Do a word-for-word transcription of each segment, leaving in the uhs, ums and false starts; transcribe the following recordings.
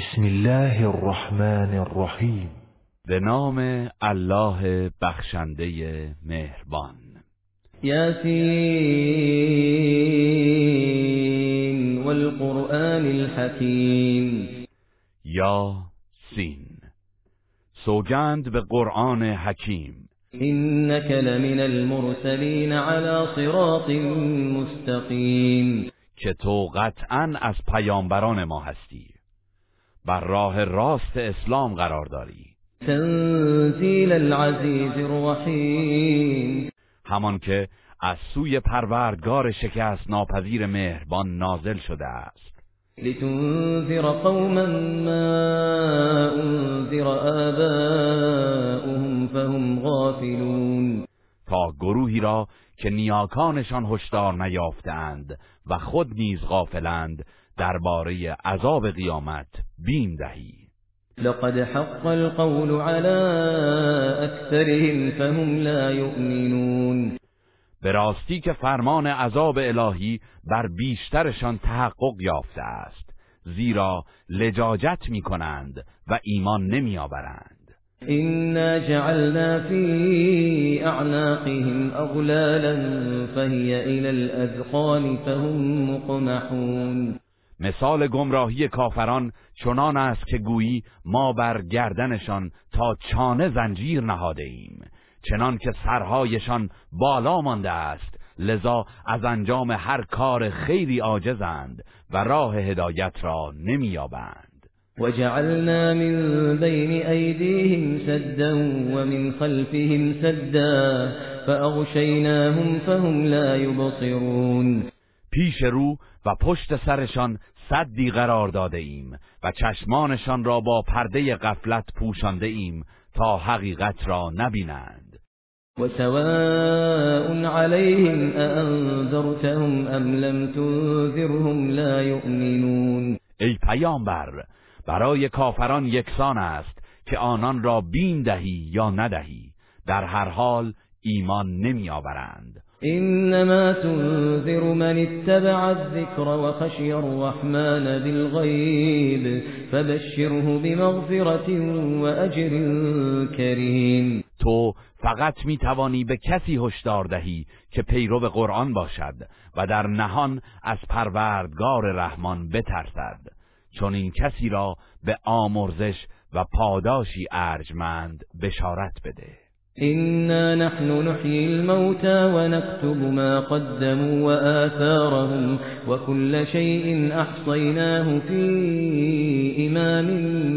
بسم الله الرحمن الرحیم. به نام الله بخشنده مهربان. یاسین والقرآن الحکیم. یاسین، سوگند به قرآن حکیم. إنك لمن المرسلین علی صراط مستقیم. که تو قطعاً از پیامبران ما هستی، بر راه راست اسلام قرار داری. تنزیل العزیز الرحیم. همان که از سوی پروردگار شکست ناپذیر مهربان نازل شده است. لتنذر قوما ما انذر آباؤهم فهم غافلون. تا گروهی را که نیاکانشان هشدار نیافتند و خود نیز غافلند درباره عذاب قیامت بیم دهی. لقد حق القول على اکثرهم فهم لا یؤمنون. به راستی که فرمان عذاب الهی بر بیشترشان تحقق یافته است، زیرا لجاجت می کنند و ایمان نمی آورند. إنا جعلنا في أعناقهم أغلالا فهي إلى الأذقان فهم مقمحون. مثال گمراهی کافران چنان است که گویی ما بر گردنشان تا چانه زنجیر نهاده ایم، چنان که سرهایشان بالا مانده است، لذا از انجام هر کار خیری عاجزند و راه هدایت را نمی‌یابند. وجعلنا من بين أيديهم سدا ومن خلفهم سدا فأغشيناهم فهم لا يبصرون. پیش رو و پشت سرشان سدی قرار داده ایم و چشمانشان را با پرده غفلت پوشانده ایم تا حقیقت را نبینند. وسواء عليهم أأنذرتهم أم لم تنذرهم لا يؤمنون. ای پیامبر، برای کافران یکسان است که آنان را بیم دهی یا ندهی، در هر حال ایمان نمی آورند. انما تنذر من اتبع الذکر و خشی الرحمن بالغیب فبشره بمغفرة و اجر کریم. تو فقط می توانی به کسی هشدار دهی که پیرو قرآن باشد و در نهان از پروردگار رحمان بترسد، چون این کسی را به آمرزش و پاداشی ارجمند بشارت بده. إنا نحن نحيي الموتى ونكتب ما قدموا وآثارهم وكل شيء أحصيناه في إمام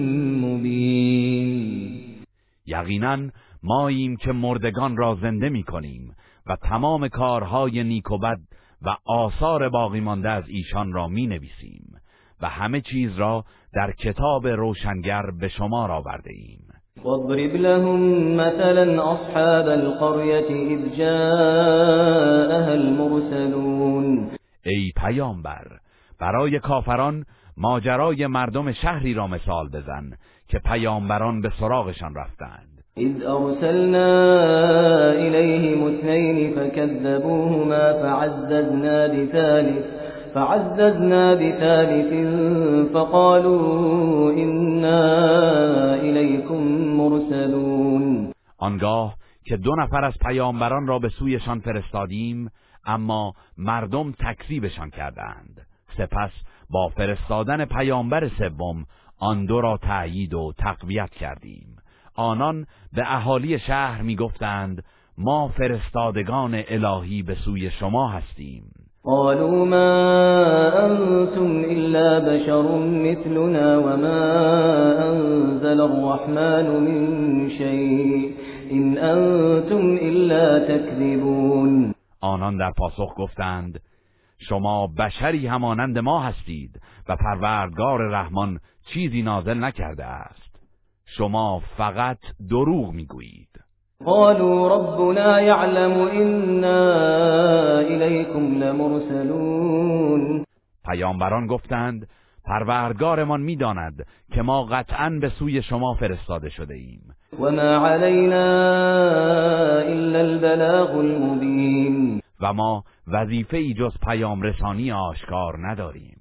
مبين. یقینا ماییم که مردگان را زنده می کنیم و تمام کارهای نیک و بد و آثار باقی مانده از ایشان را می نویسیم و همه چیز را در کتاب روشنگر به شمار آورده ایم. واضرب لهم مثلا اصحاب القرية اذ جاءها المرسلون. ای پیامبر، برای کافران ماجرای مردم شهری را مثال بزن که پیامبران به سراغشان رفتند. اذ ارسلنا الیهم اثنین فكذبوهما فعززنا بثالث فعززنا بثالث فقالوا إنا إليكم مرسلون. آنگاه که دو نفر از پیامبران را به سویشان فرستادیم، اما مردم تکذیبشان کردند. سپس با فرستادن پیامبر سوم آن دو را تأیید و تقویت کردیم. آنان به اهالی شهر می گفتند ما فرستادگان الهی به سوی شما هستیم. قالوا ما أنتم إلا بشر مثلنا وما أنزل الرحمن من شيء إن أنتم إلا تكذبون. آنان در پاسخ گفتند شما بشری همانند ما هستید و پروردگار رحمان چیزی نازل نکرده است، شما فقط دروغ میگویید. قالوا ربنا يعلم إنا إليكم لمرسلون. پیامبران گفتند پروردگارمان میداند که ما قطعاً به سوی شما فرستاده شده ایم. و ما علینا الا البلاغ المبین. و ما وظیفه‌ای جز پیام رسانی آشکار نداریم.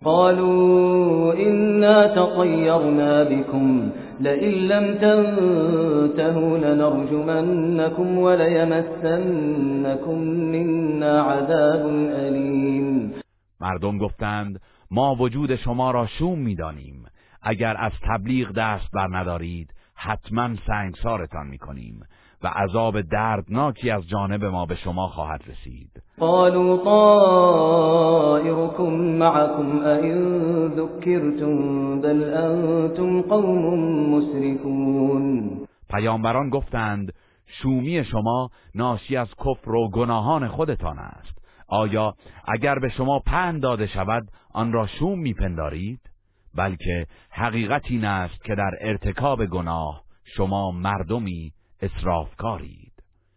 قالوا إنا تطيرنا بكم لئن لم تنتهوا لنرجمنكم وليمسنكم منا عذاب ألیم. مردم گفتند ما وجود شما را شوم می‌دانیم، اگر از تبلیغ دست بر ندارید حتما سنگسارتان می‌کنیم و عذاب دردناکی از جانب ما به شما خواهد رسید. قالوا طائركم معكم أئن ذكرتم بل أنتم قوم مسرفون. پیامبران گفتند شومی شما ناشی از کفر و گناهان خودتان است. آیا اگر به شما پند داده شود آن را شوم میپندارید؟ بلکه حقیقت این است که در ارتکاب گناه شما مردمی اسرافکارید.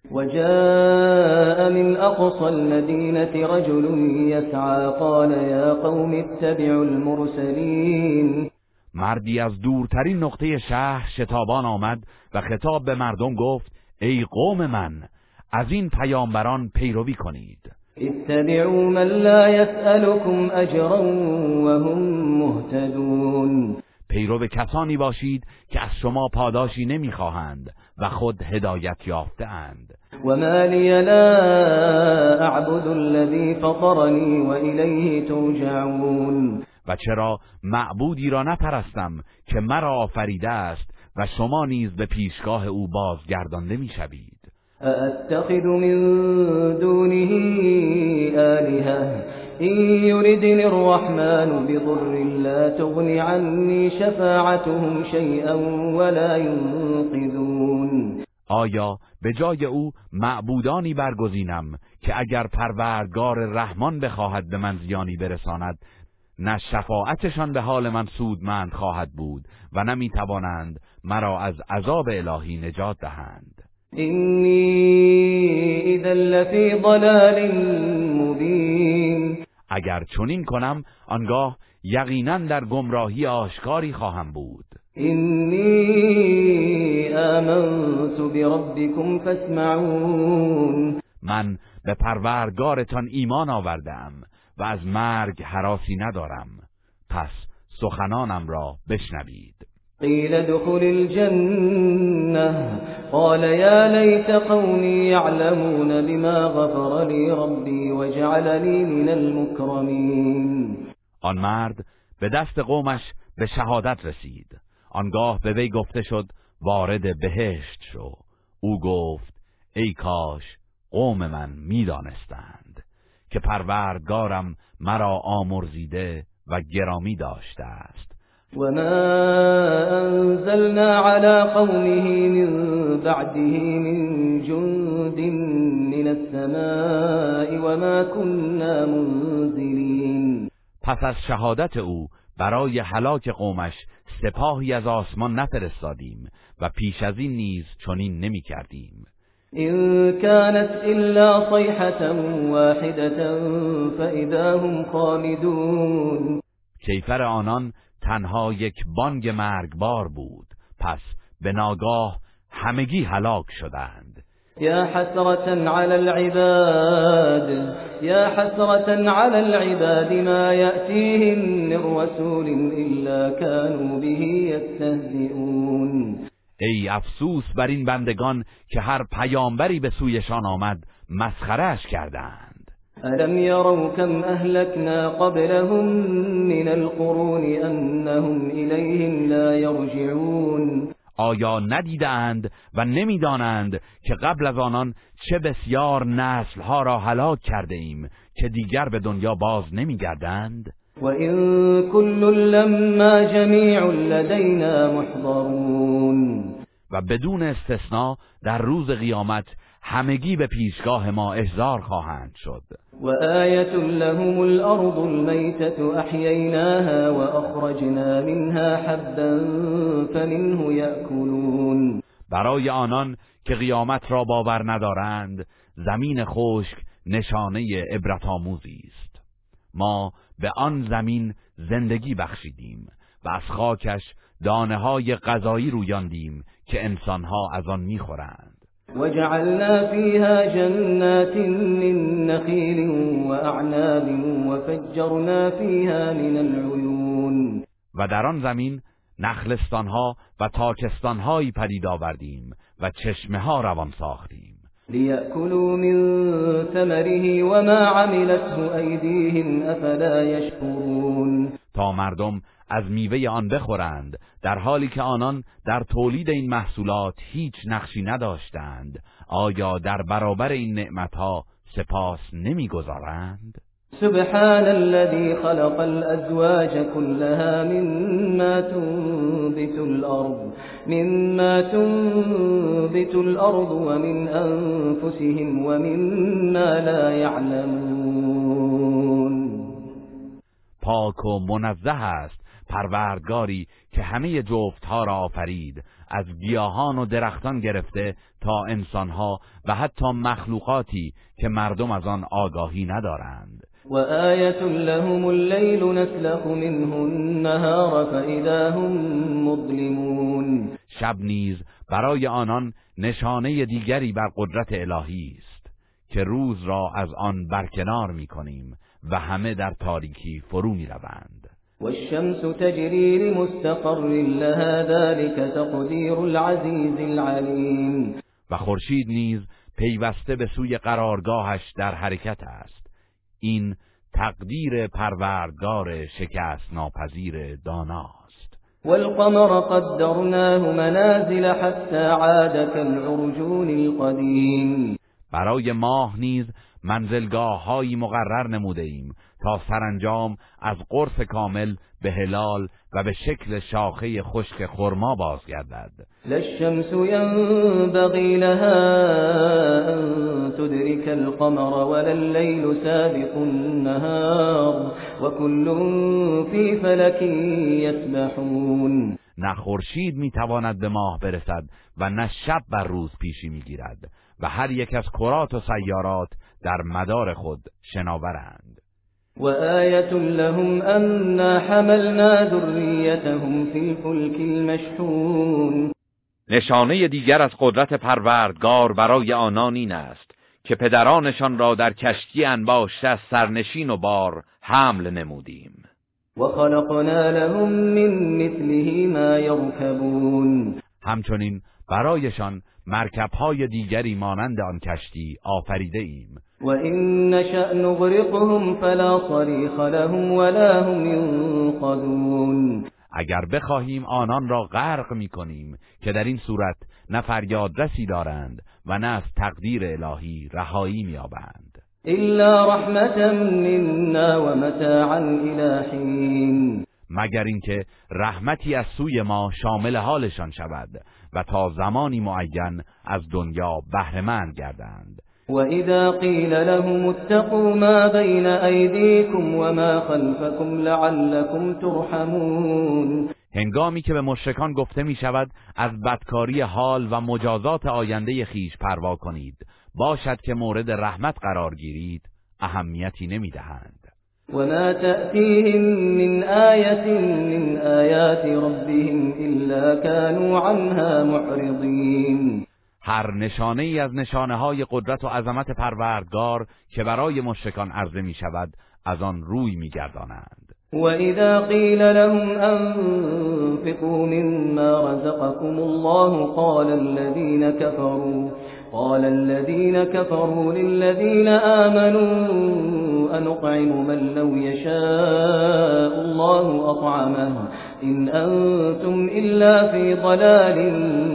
وجاء من أقصى المدينة رجل يسعى قال يا قوم اتبعوا المرسلين. مردی از دورترین نقطه شهر شتابان آمد و خطاب به مردم گفت ای قوم من، از این پیامبران پیروی کنید. اتبعوا من لا يسألكم اجرا وهم مهتدون. پیرو کسانی باشید که از شما پاداشی نمیخواهند و خود هدایت یافته‌اند. و ما لی لا اعبد الذی فطرنی و الیه ترجعون. و چرا معبودی را نپرستم که مرا آفریده است و شما نیز به پیشگاه او بازگردانده میشوید. اتخذ من دونه آلهة إن يردني الرحمن بضر لا تغن عني شفاعتهم شيئا ولا ينقذون. آیا به جای او معبودانی برگزینم که اگر پروردگار رحمان بخواهد به من زیانی برساند نه شفاعتشان به حال من سودمند خواهد بود و نمی توانند مرا از عذاب الهی نجات دهند. اینی اذا لفی ضلال مبین. اگر چنین کنم آنگاه یقینا در گمراهی آشکاری خواهم بود. اینی آمنت بربکم فاسمعون. من به پروردگارتان ایمان آوردم و از مرگ هراسی ندارم، پس سخنانم را بشنوید. قیل ادخل الجنة قال یا لیت قومی یعلمون بما غفر لی ربی وجعلنی من المکرمین. آن مرد به دست قومش به شهادت رسید. آنگاه به وی گفته شد وارد بهشت شو. او گفت ای کاش قوم من میدانستند که پروردگارم مرا آمرزیده و گرامی داشته است. و ما انزلنا على قومه من بعده من جند من السماء و ما كنا منزلین. پس از شهادت او برای هلاک قومش سپاهی از آسمان نفرستادیم و پیش از این نیز چنین نمی کردیم. إن كانت إلا صيحة واحدة فإذا هم خامدون. کیفر آنان تنها یک بانگ مرگبار بود، پس به ناگاه همگی هلاک شدند. یا حسرة على العباد یا حسرة على العباد ما يأتيهم من رسول إلا كانوا به يستهزئون. ای افسوس بر این بندگان که هر پیامبری به سویشان آمد مسخره‌اش کردند. الم یروا کم اهلکنا قبلهم من القرون انهم الیهم لا یرجعون. آیا ندیدند و نمیدانند که قبل از آنان چه بسیار نسلها را هلاک کرده ایم که دیگر به دنیا باز نمیگردند؟ و این کل لما جمیع لدینا محضرون. و بدون استثناء در روز قیامت همگی به پیشگاه ما احضار خواهند شد. و آیة لهم الارض المیتة احییناها و اخرجنا منها حبا فمنه یأکلون. برای آنان که قیامت را باور ندارند زمین خشک نشانه عبرت آموزی است. ما به آن زمین زندگی بخشیدیم و از خاکش دانه های غذایی رویاندیم که انسانها از آن میخورند. وجعلنا فيها جنات من نخيل وأعناب وفجرنا فيها من العيون. و در آن زمین نخلستانها و تاکستانهایی پدید آوردیم و چشمه ها روان ساختیم. ليأكلوا من ثمره وما عملته أيديهم أفلا يشكرون. تا مردم از میوه آن بخورند در حالی که آنان در تولید این محصولات هیچ نقشی نداشتند. آیا در برابر این نعمتها سپاس نمیگذارند؟ سبحان الذي خلق الأزواج كلها مما تنبت الأرض مما تنبت الأرض ومن أنفسهم ومما لا يعلمون. پاک و منزه است پروردگاری که همه جفتها را آفرید، از گیاهان و درختان گرفته تا انسانها و حتی مخلوقاتی که مردم از آن آگاهی ندارند. وآية لهم الليل نسلخ منه النهار فإذا هم مظلمون. شب نیز برای آنان نشانه دیگری بر قدرت الهی است که روز را از آن برکنار می‌کنیم و همه در تاریکی فرو می‌روند. والشمس تجري لمستقر لها ذلك تقدير العزيز العليم. و خورشید نیز پیوسته به سوی قرارگاهش در حرکت است. این تقدیر پروردگار شکست ناپذیر داناست. والقمر قدرناه منازل حتى عاد كالعرجون القديم. برای ماه نیز منزلگاه‌هایی مقرر نموده ایم تا سرانجام از قرص کامل به هلال و به شکل شاخه خشک خرما بازگردد. للشمس ينبغي لها أن تدرك القمر ولا الليل سابق النهار وكل في فلك يسبحون. نه خورشید میتواند به ماه برسد و نه شب بر روز پیشی میگیرد و هر یک از کرات و سیارات در مدار خود شناورند. وآية لهم أنا حملنا ذريتهم في الفلك المشحون. نشانه دیگر از قدرت پروردگار برای آنان این است که پدرانشان را در کشتی انباشته از سرنشین و بار حمل نمودیم. وخلقنا لهم من مثله ما يركبون. همچنین برایشان مرکب‌های دیگری مانند آن کشتی آفریده ایم. وَإِن نَّشَأْ نُغْرِقْهُمْ فَلَا صَرِيخَ لَهُمْ وَلَا هُمْ يُنقَذُونَ. اگر بخواهیم آنان را غرق می‌کنیم که در این صورت نه فریادرسی دارند و نه از تقدیر الهی رهایی می‌یابند. إِلَّا رَحْمَةً مِنَّا وَمَتَاعًا إِلَىٰ حِینٍ. مگر اینکه رحمتی از سوی ما شامل حالشان شود و تا زمانی معین از دنیا بهره‌مند گردند. وَإِذَا قِيلَ لَهُمُ اتَّقُوا مَا بَيْنَ أَيْدِيكُمْ وَمَا خَلْفَكُمْ لَعَلَّكُمْ تُرْحَمُونَ. هنگامی که به مشرکان گفته می شود از بدکاری حال و مجازات آینده خیش پروا کنید، باشد که مورد رحمت قرار گیرید، اهمیتی نمی دهند. وَمَا تَأْتِيهِم مِّنْ آيَةٍ مِّنْ آيَاتِ رَبِّهِمْ إِلَّا كَانُوا عَنْهَا مُعْرِضِينَ. هر نشانه ای از نشانه های قدرت و عظمت پروردگار که برای مشرکان عرضه می شود از آن روی می گردانند. وَإِذَا قِيلَ لَهُمْ أَنفِقُوا مِمَّا رَزَقَكُمُ اللَّهُ قَالَ الَّذِينَ كَفَرُوا قال الذين كفروا للذين آمنوا أنطعم من لو يشاء الله أطعمه إن أنتم إلا في ضلال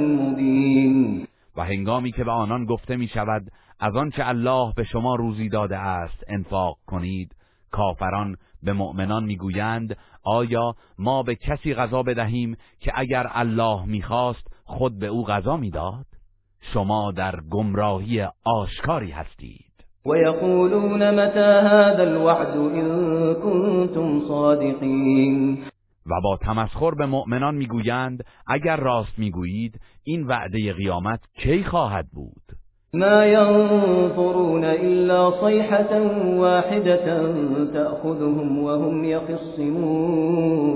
مبين. و هنگامی که به آنان گفته می شود از آنچه الله به شما روزی داده است انفاق کنید، کافران به مؤمنان میگویند آیا ما به کسی غذا بدهیم که اگر الله میخواست خود به او غذا میداد؟ شما در گمراهی آشکاری هستید. و یقولون متى هذا الوعد ان کنتم صادقین. و با تمسخر به مؤمنان میگویند اگر راست میگویید این وعده قیامت کی خواهد بود؟ ما ينظرون الا صيحة واحدة تأخذهم وهم يخصمون.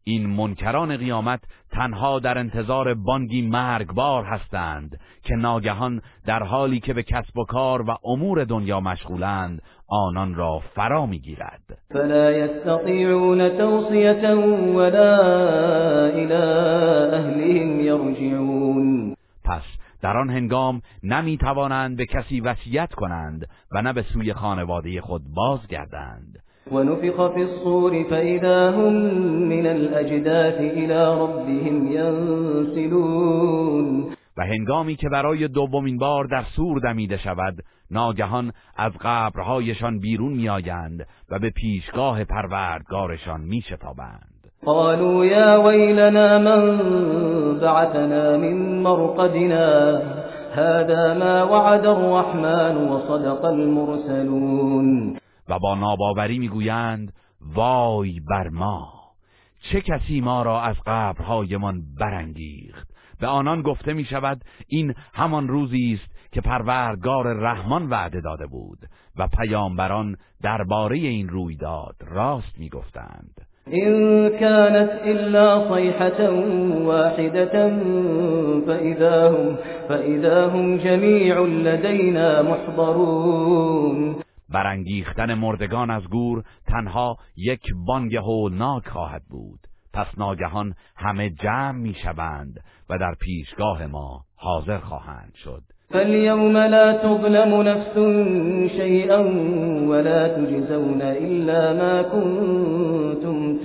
این منکران قیامت تنها در انتظار بانگی مرگبار هستند که ناگهان در حالی که به کسب و کار و امور دنیا مشغولند آنان را فرا میگیرد. فلا یستطیعون توصیة ولا الی اهلهم یرجعون. پس در آن هنگام نمی توانند به کسی وصیت کنند و نه به سوی خانواده خود بازگردند. ونفخ فی الصور فإذا هم من الأجداث إلى ربهم ينسلون. و هنگامی که برای دومین بار در سور دمیده شود ناگهان از قبرهایشان بیرون میآیند و به پیشگاه پروردگارشان میشتابند. قالوا یا ویلنا من بعثنا من مرقدنا هذا ما وعد الرحمن وصدق المرسلون. و با ناباوری میگویند وای بر ما، چه کسی ما را از قبرهایمان برانگیخت. به آنان گفته می شود این همان روزی است که پروردگار رحمان وعده داده بود و پیامبران درباره این رویداد راست می گفتند. إن كانت إلا صيحة واحدة فإذا هم, فإذا هم جميع لدينا محضرون. برانگیختن مردگان از گور تنها یک بانگ هولناک خواهد بود، پس ناگهان همه جمع می شوند و در پیشگاه ما حاضر خواهند شد. فاليوم لا تظلم نفس شيئا ولا تجزون إلا ما كنتم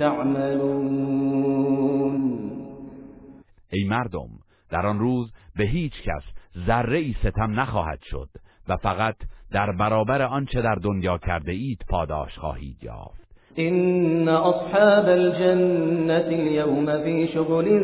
تعملون. ای مردم، در آن روز به هیچ کس ذره ای ستم نخواهد شد و فقط در برابر آنچه در دنیا کرده اید پاداش خواهید یافت. إن أصحاب الجنة اليوم في شغل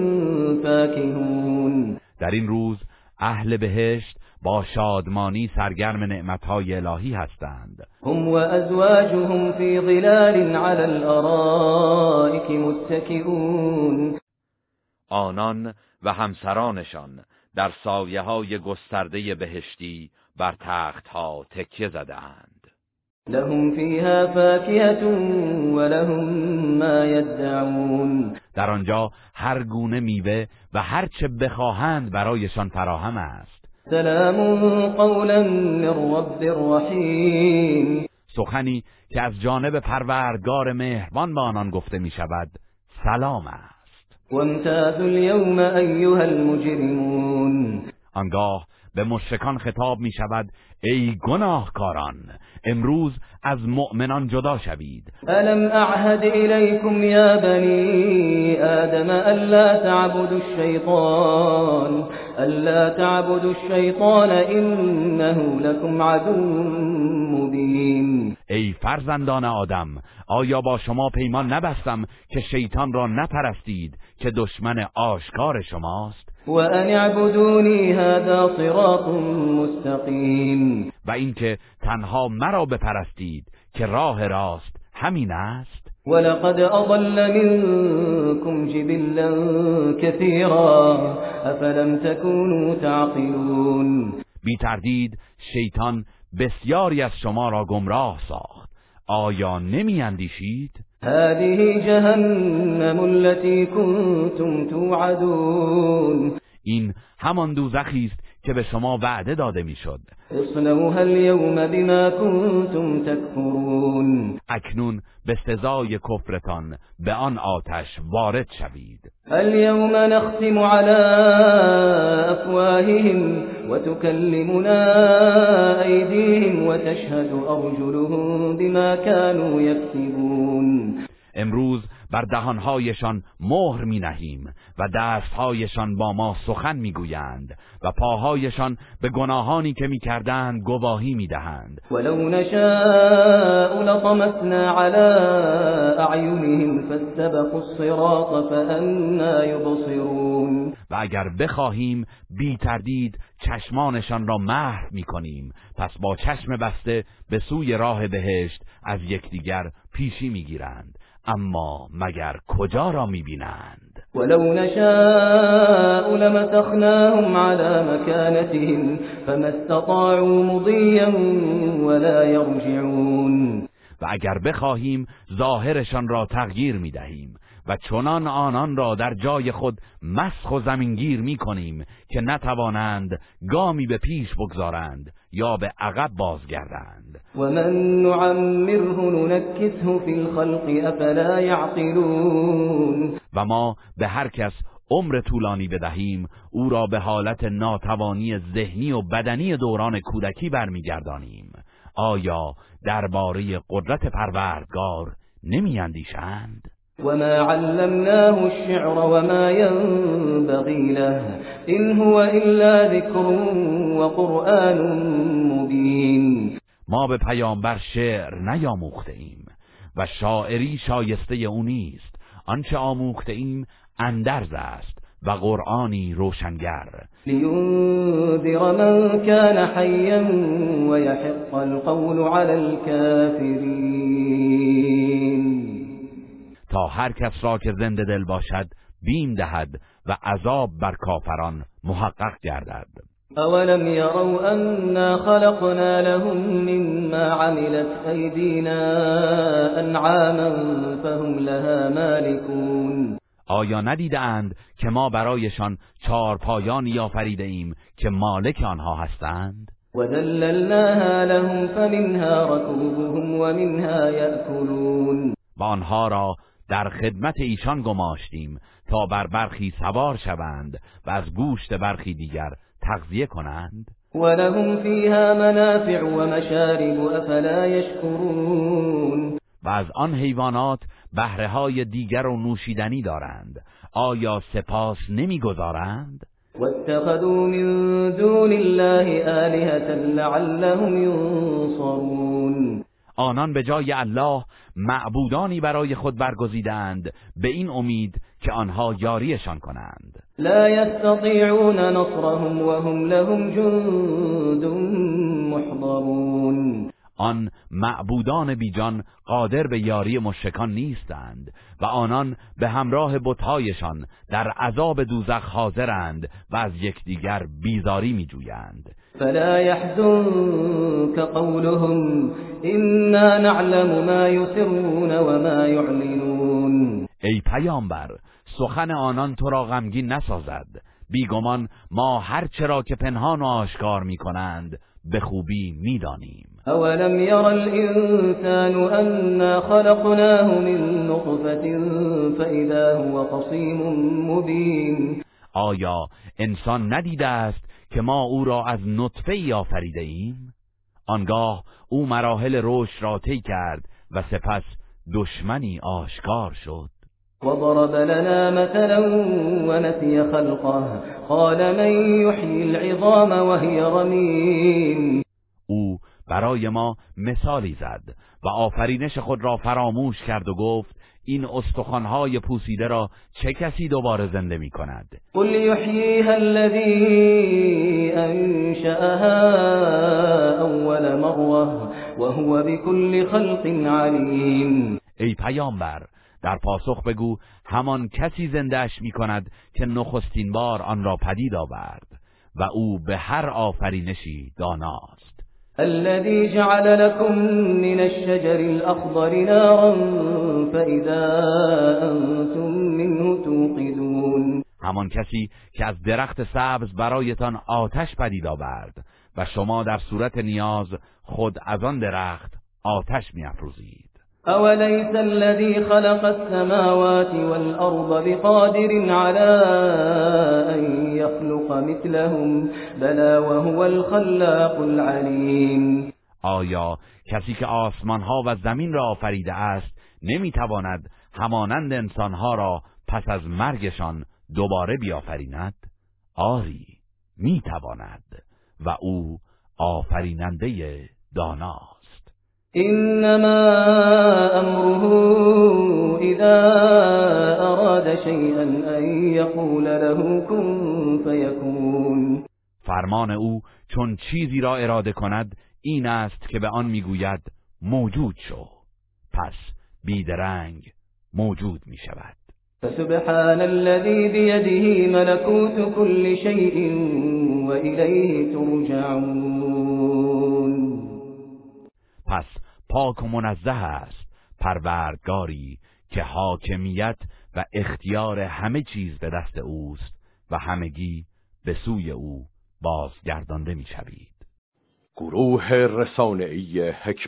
فاكهون. در این روز اهل بهشت با شادمانی سرگرم نعمتهای الهی هستند. هم و ازواجهم فی ظلال علی الارائک متکئون. آنان و همسرانشان در سایه‌های گسترده بهشتی بر تخت‌ها تکیه زده‌اند. لهم فیها فاکهة ولهم ما یدعون. در آنجا هر گونه میوه و هر چه بخواهند برایشان فراهم است. سلام قولا من رب رحیم. سخنی که از جانب پروردگار مهربان به آنان گفته می شود سلام است. وامتازوا اليوم ایها المجرمون. آنگاه به مشرکان خطاب می شود ای گناهکاران، امروز از مؤمنان جدا شوید. الم اعهد الیکم یا بنی آدم الا تعبدوا الشیطان الا تعبدوا الشیطان انه لكم عدو مبین. ای فرزندان آدم، آیا با شما پیمان نبستم که شیطان را نپرستید که دشمن آشکار شماست؟ و ان اعبدونی هذا صراط مستقیم. و اینکه تنها مرا بپرستید که راه راست همین است. ولقد اضل منكم جبلا كثيرا افلم تكونوا تعقلون. بی تردید شیطان بسیاری از شما را گمراه ساخت، آیا نمی اندیشید؟ هذه جهنم التي كنتم توعدون. این همان دوزخی است که به شما وعده داده میشد. اصلوها اليوم بما كنتم تكفرون. اکنون به سزای کفرتان به آن آتش وارد شوید. اليوم نختم على افواههم وتكلمنا ايديهم وتشهد ارجلهم بما كانوا يكسبون. امروز بر دهانهایشان مهر می نهیم و دستهایشان با ما سخن می گویند و پاهایشان به گناهانی که می کردند گواهی می دهند. ولو نشاء لطمسنا على اعینهم فاستبقوا الصراط فأنا يبصرون. و اگر بخواهیم بی تردید چشمانشان را محو می کنیم، پس با چشم بسته به سوی راه بهشت از یکدیگر پیشی می گیرند، اما مگر کجا را می‌بینند؟ ولو نشاء لمسخناهم على مكانتهم فما استطاعوا مضيا ولا يرجعون. و اگر بخواهیم ظاهرشان را تغییر می‌دهیم و چنان آنان را در جای خود مسخ و زمینگیر می کنیم که نتوانند گامی به پیش بگذارند یا به عقب بازگردند. و من نعمره ننکسه فی الخلق افلا یعقلون. و ما به هر کس عمر طولانی بدهیم او را به حالت ناتوانی ذهنی و بدنی دوران کودکی برمیگردانیم. آیا درباره قدرت پروردگار نمی اندیشند؟ و ما علمناه الشعر و ما ينبغي له ان هو الا ذکر و قرآن مبین. ما به پیامبر شعر نیاموخته ایم و شاعری شایسته او نیست. آنچه آموخته ایم اندرز است و قرآنی روشنگر. لینذر من کان حیا و یحق القول علی الکافرین. تا هر کس را که زنده دل باشد بیم دهد و عذاب بر کافران محقق گردد. اولم يروا انا خلقنا لهم مما عملت ایدینا انعاما فهم لها مالکون. آیا ندیدند که ما برایشان چارپایانی آفریده ایم که مالک آنها هستند؟ و ذللناها لهم فمنها ركوبهم و منها یأکلون. و آنها را در خدمت ایشان گماشتیم تا بر برخی سوار شوند و از گوشت برخی دیگر تغذیه کنند. و لهم فیها منافع و مشارب افلا یشکرون. و از آن حیوانات بهره های دیگر و نوشیدنی دارند. آیا سپاس نمیگذارند؟ واتخذوا من دون الله آلهة لعلهم ینصرون. آنان به جای الله معبودانی برای خود برگزیدند به این امید که آنها یاریشان کنند. لا یستطیعون نصرهم وهم لهم جند محضرون. آن معبودان بیجان قادر به یاری مشرکان نیستند و آنان به همراه بت‌هایشان در عذاب دوزخ حاضرند و از یکدیگر بیزاری می‌جویند. فلا يحزنك قولهم إنا نعلم ما يسرون وما يعلنون. ای پیامبر سخن آنان تو را غمگین نسازد. بیگمان ما هر چرا که پنهان و آشکار می‌کنند به خوبی می‌دانیم. اولم ير الانسان انا خلقناه من نطفه فاذا هو خصيم مبين. آیا انسان ندیده است که ما او را از نطفه‌ای آفریده ایم؟ آنگاه او مراحل رشد را طی کرد و سپس دشمنی آشکار شد. وضرب لنا مثلا ونسي خلقه قال من يحيي العظام وهي رميم. او برای ما مثالی زد و آفرینش خود را فراموش کرد و گفت این استخوان‌های پوسیده را چه کسی دوباره زنده می کند؟ قل یحییها الذی انشأها اول مره وهو بكل خلق علیم. ای پیامبر در پاسخ بگو همان کسی زنده‌اش می کند که نخستین بار آن را پدید آورد و او به هر آفرینشی داناست. الذي جعل لكم من الشجر الأخضر نارا فإذا أنتم منه توقدون. همان کسی که از درخت سبز برایتان آتش پدید آورد و شما در صورت نیاز خود از آن درخت آتش می‌افروزید. أوليس الذي خلق السماوات والأرض بقادر على أن يخلق مثلهم بلى وهو الخلاق العليم. آیا کسی که آسمانها و زمین را آفریده است نمیتواند همانند انسانها را پس از مرگشان دوباره بیافریند؟ آری میتواند و او آفریننده داناست. انما امره اذا اراد شيئا ان يقول له كن فيكون. فرمان او چون چیزی را اراده کند این است که به آن میگوید موجود شو، پس بیدرنگ موجود می شود. فسبحان الذي بيده ملكوت كل شيء وإليه ترجعون. پس پاک و منزه است پروردگاری که حاکمیت و اختیار همه چیز به دست اوست و همگی به سوی او بازگردانده می‌شوید. گروه رسانه‌ای حکمت